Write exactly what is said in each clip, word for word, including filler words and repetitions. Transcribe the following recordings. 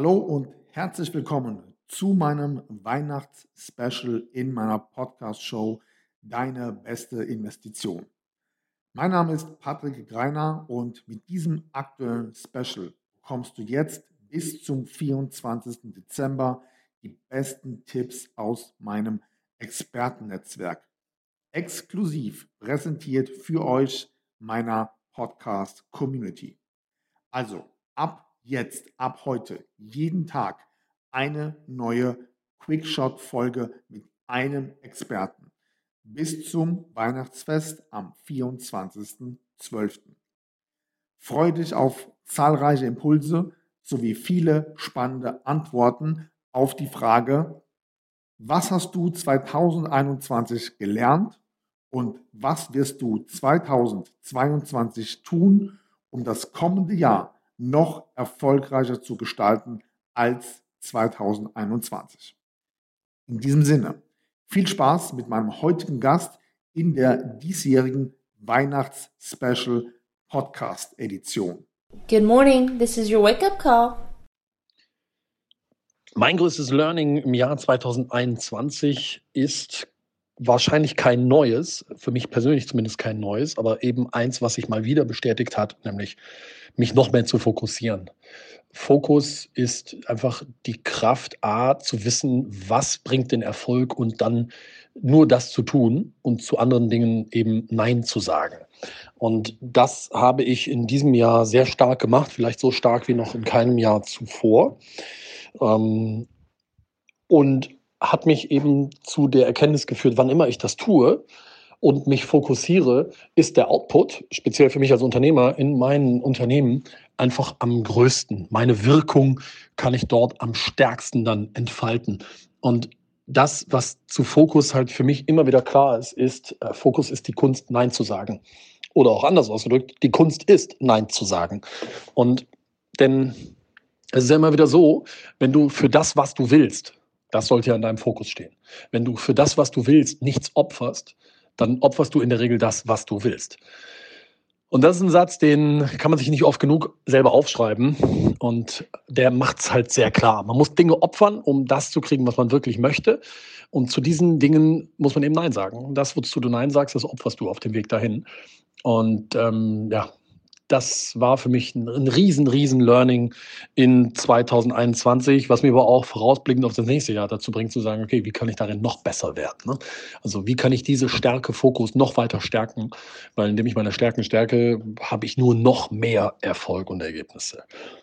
Hallo und herzlich willkommen zu meinem Weihnachtsspecial in meiner Podcast-Show Deine beste Investition. Mein Name ist Patrick Greiner und mit diesem aktuellen Special bekommst du jetzt bis zum vierundzwanzigsten Dezember die besten Tipps aus meinem Expertennetzwerk. Exklusiv präsentiert für euch meiner Podcast-Community. Also ab jetzt, ab heute, jeden Tag eine neue Quickshot-Folge mit einem Experten bis zum Weihnachtsfest am vierundzwanzigsten zwölften Freue dich auf zahlreiche Impulse sowie viele spannende Antworten auf die Frage: Was hast du zweitausendeinundzwanzig gelernt und was wirst du zweitausendzweiundzwanzig tun, um das kommende Jahr noch erfolgreicher zu gestalten als zweitausendeinundzwanzig? In diesem Sinne, viel Spaß mit meinem heutigen Gast in der diesjährigen Weihnachts-Special-Podcast-Edition. Good morning, this is your wake-up call. Mein größtes Learning im Jahr zweitausendeinundzwanzig ist wahrscheinlich kein neues, für mich persönlich zumindest kein neues, aber eben eins, was sich mal wieder bestätigt hat, nämlich mich noch mehr zu fokussieren. Fokus ist einfach die Kraft, A, zu wissen, was bringt den Erfolg und dann nur das zu tun und zu anderen Dingen eben Nein zu sagen. Und das habe ich in diesem Jahr sehr stark gemacht, vielleicht so stark wie noch in keinem Jahr zuvor. Ähm, und hat mich eben zu der Erkenntnis geführt, wann immer ich das tue und mich fokussiere, ist der Output, speziell für mich als Unternehmer, in meinen Unternehmen einfach am größten. Meine Wirkung kann ich dort am stärksten dann entfalten. Und das, was zu Fokus halt für mich immer wieder klar ist, ist, äh, Fokus ist die Kunst, Nein zu sagen. Oder auch anders ausgedrückt, die Kunst ist, Nein zu sagen. Und denn es ist ja immer wieder so, wenn du für das, was du willst, das sollte ja in deinem Fokus stehen. Wenn du für das, was du willst, nichts opferst, dann opferst du in der Regel das, was du willst. Und das ist ein Satz, den kann man sich nicht oft genug selber aufschreiben. Und der macht es halt sehr klar. Man muss Dinge opfern, um das zu kriegen, was man wirklich möchte. Und zu diesen Dingen muss man eben Nein sagen. Und das, wozu du Nein sagst, das opferst du auf dem Weg dahin. Und ähm, ja, das war für mich ein, ein riesen, riesen Learning in zweitausendeinundzwanzig, was mir aber auch vorausblickend auf das nächste Jahr dazu bringt, zu sagen, okay, wie kann ich darin noch besser werden? Ne? Also wie kann ich diese Stärke, Fokus noch weiter stärken? Weil indem ich meine Stärken stärke, habe ich nur noch mehr Erfolg und Ergebnisse.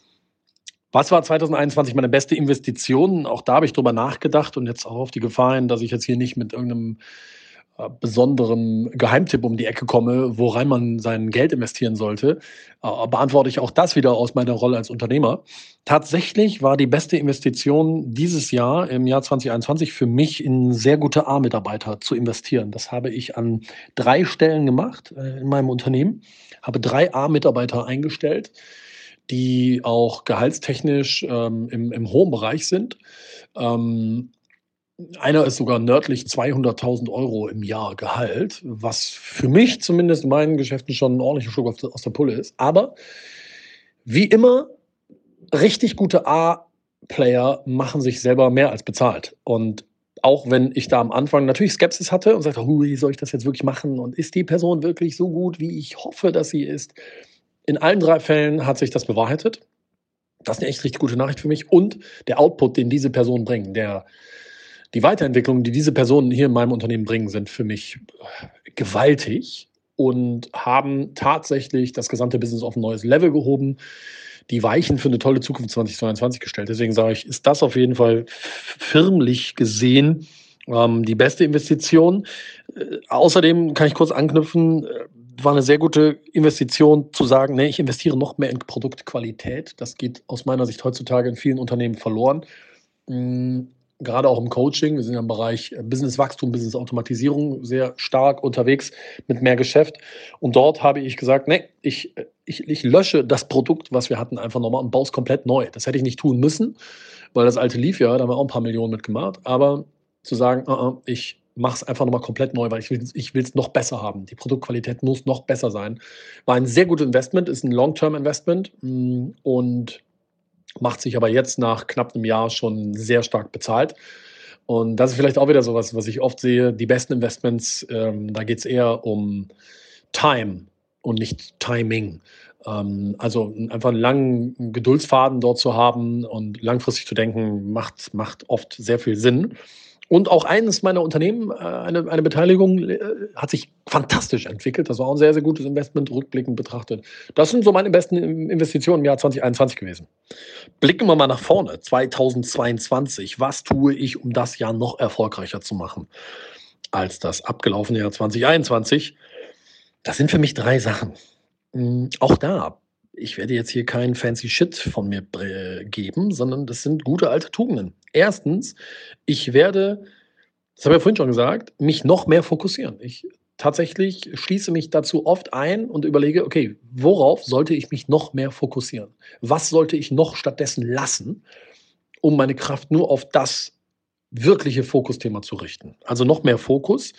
Was war zweitausendeinundzwanzig meine beste Investition? Auch da habe ich drüber nachgedacht und jetzt auch auf die Gefahr hin, dass ich jetzt hier nicht mit irgendeinem äh, besonderen Geheimtipp um die Ecke komme, worein man sein Geld investieren sollte, äh, beantworte ich auch das wieder aus meiner Rolle als Unternehmer. Tatsächlich war die beste Investition dieses Jahr, im Jahr zweitausendeinundzwanzig, für mich in sehr gute A-Mitarbeiter zu investieren. Das habe ich an drei Stellen gemacht äh, in meinem Unternehmen, habe drei A-Mitarbeiter eingestellt, die auch gehaltstechnisch ähm, im, im hohen Bereich sind. Ähm, Einer ist sogar nördlich zweihunderttausend Euro im Jahr Gehalt, was für mich zumindest in meinen Geschäften schon ein ordentlicher Schluck auf der- aus der Pulle ist. Aber wie immer, richtig gute A-Player machen sich selber mehr als bezahlt. Und auch wenn ich da am Anfang natürlich Skepsis hatte und sagte, hui, soll ich das jetzt wirklich machen? Und ist die Person wirklich so gut, wie ich hoffe, dass sie ist? In allen drei Fällen hat sich das bewahrheitet. Das ist eine echt richtig gute Nachricht für mich. Und der Output, den diese Personen bringen, der die Weiterentwicklungen, die diese Personen hier in meinem Unternehmen bringen, sind für mich gewaltig und haben tatsächlich das gesamte Business auf ein neues Level gehoben, die Weichen für eine tolle Zukunft zweitausendzweiundzwanzig gestellt. Deswegen sage ich, ist das auf jeden Fall firmlich gesehen ähm, die beste Investition. Äh, außerdem kann ich kurz anknüpfen, äh, war eine sehr gute Investition zu sagen, nee, ich investiere noch mehr in Produktqualität. Das geht aus meiner Sicht heutzutage in vielen Unternehmen verloren. Mm, Gerade auch im Coaching. Wir sind ja im Bereich Businesswachstum, Business-Automatisierung sehr stark unterwegs mit mehr Geschäft. Und dort habe ich gesagt, nee, ich, ich, ich lösche das Produkt, was wir hatten, einfach nochmal und baue es komplett neu. Das hätte ich nicht tun müssen, weil das alte lief ja, da haben wir auch ein paar Millionen mitgemacht. Aber zu sagen, uh -uh, ich mache es einfach nochmal komplett neu, weil ich will ich will es noch besser haben. Die Produktqualität muss noch besser sein. War ein sehr gutes Investment, ist ein Long-Term-Investment. Und macht sich aber jetzt nach knapp einem Jahr schon sehr stark bezahlt. Und das ist vielleicht auch wieder so was, was ich oft sehe. Die besten Investments, ähm, da geht es eher um Time und nicht Timing. Ähm, also einfach einen langen Geduldsfaden dort zu haben und langfristig zu denken, macht, macht oft sehr viel Sinn. Und auch eines meiner Unternehmen, äh, eine, eine Beteiligung, äh, hat sich fantastisch entwickelt. Das war auch ein sehr, sehr gutes Investment, rückblickend betrachtet. Das sind so meine besten In- Investitionen im Jahr zwanzig einundzwanzig gewesen. Blicken wir mal nach vorne, zweitausendzweiundzwanzig. Was tue ich, um das Jahr noch erfolgreicher zu machen als das abgelaufene Jahr zwanzig einundzwanzig? Das sind für mich drei Sachen. Hm, auch da, ich werde jetzt hier keinen fancy Shit von mir äh, geben, sondern das sind gute alte Tugenden. Erstens, ich werde, das habe ich ja vorhin schon gesagt, mich noch mehr fokussieren. Ich tatsächlich schließe mich dazu oft ein und überlege, okay, worauf sollte ich mich noch mehr fokussieren? Was sollte ich noch stattdessen lassen, um meine Kraft nur auf das wirkliche Fokusthema zu richten? Also noch mehr Fokus.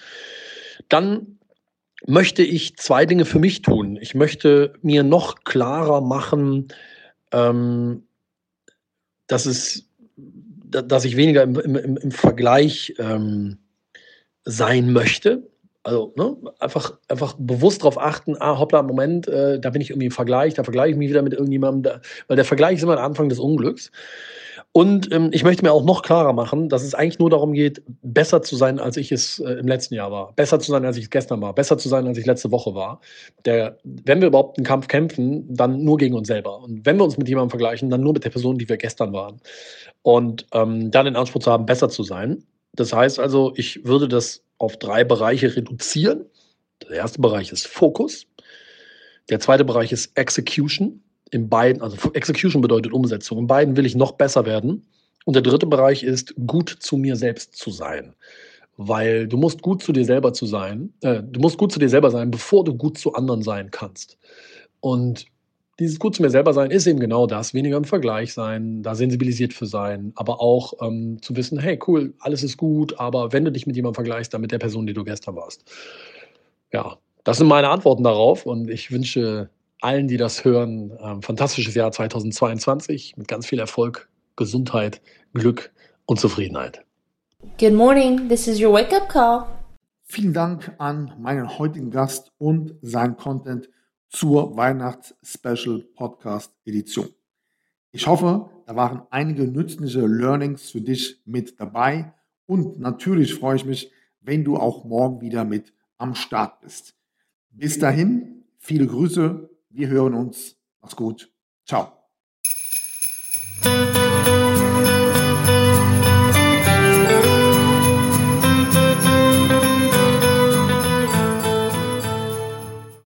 Dann möchte ich zwei Dinge für mich tun. Ich möchte mir noch klarer machen, ähm, dass es da dass ich weniger im im im im Vergleich, ähm, sein möchte. Also, ne, einfach einfach bewusst darauf achten: „Ah, hoppla, Moment, äh, da bin ich irgendwie im Vergleich, da vergleiche ich mich wieder mit irgendjemandem“, da weil der Vergleich ist immer der Anfang des Unglücks. Und, ähm, ich möchte mir auch noch klarer machen, dass es eigentlich nur darum geht, besser zu sein, als ich es, äh, im letzten Jahr war. Besser zu sein, als ich es gestern war. Besser zu sein, als ich letzte Woche war. Der Wenn wir überhaupt einen Kampf kämpfen, dann nur gegen uns selber. Und wenn wir uns mit jemandem vergleichen, dann nur mit der Person, die wir gestern waren. Und, ähm, dann den Anspruch zu haben, besser zu sein. Das heißt also, ich würde das auf drei Bereiche reduzieren. Der erste Bereich ist Fokus. Der zweite Bereich ist Execution. In beiden, also Execution bedeutet Umsetzung. In beiden will ich noch besser werden. Und der dritte Bereich ist, gut zu mir selbst zu sein. Weil du musst gut zu dir selber zu sein, äh, du musst gut zu dir selber sein, bevor du gut zu anderen sein kannst. Und dieses gut zu mir selber sein ist eben genau das, weniger im Vergleich sein, da sensibilisiert für sein, aber auch ähm, zu wissen, hey, cool, alles ist gut, aber wenn du dich mit jemandem vergleichst, dann mit der Person, die du gestern warst. Ja, das sind meine Antworten darauf und ich wünsche allen, die das hören, ein fantastisches Jahr zweitausendzweiundzwanzig mit ganz viel Erfolg, Gesundheit, Glück und Zufriedenheit. Good morning, this is your wake up call. Vielen Dank an meinen heutigen Gast und seinen Content zur Weihnachts-Special-Podcast-Edition. Ich hoffe, da waren einige nützliche Learnings für dich mit dabei und natürlich freue ich mich, wenn du auch morgen wieder mit am Start bist. Bis dahin, viele Grüße, wir hören uns. Mach's gut. Ciao.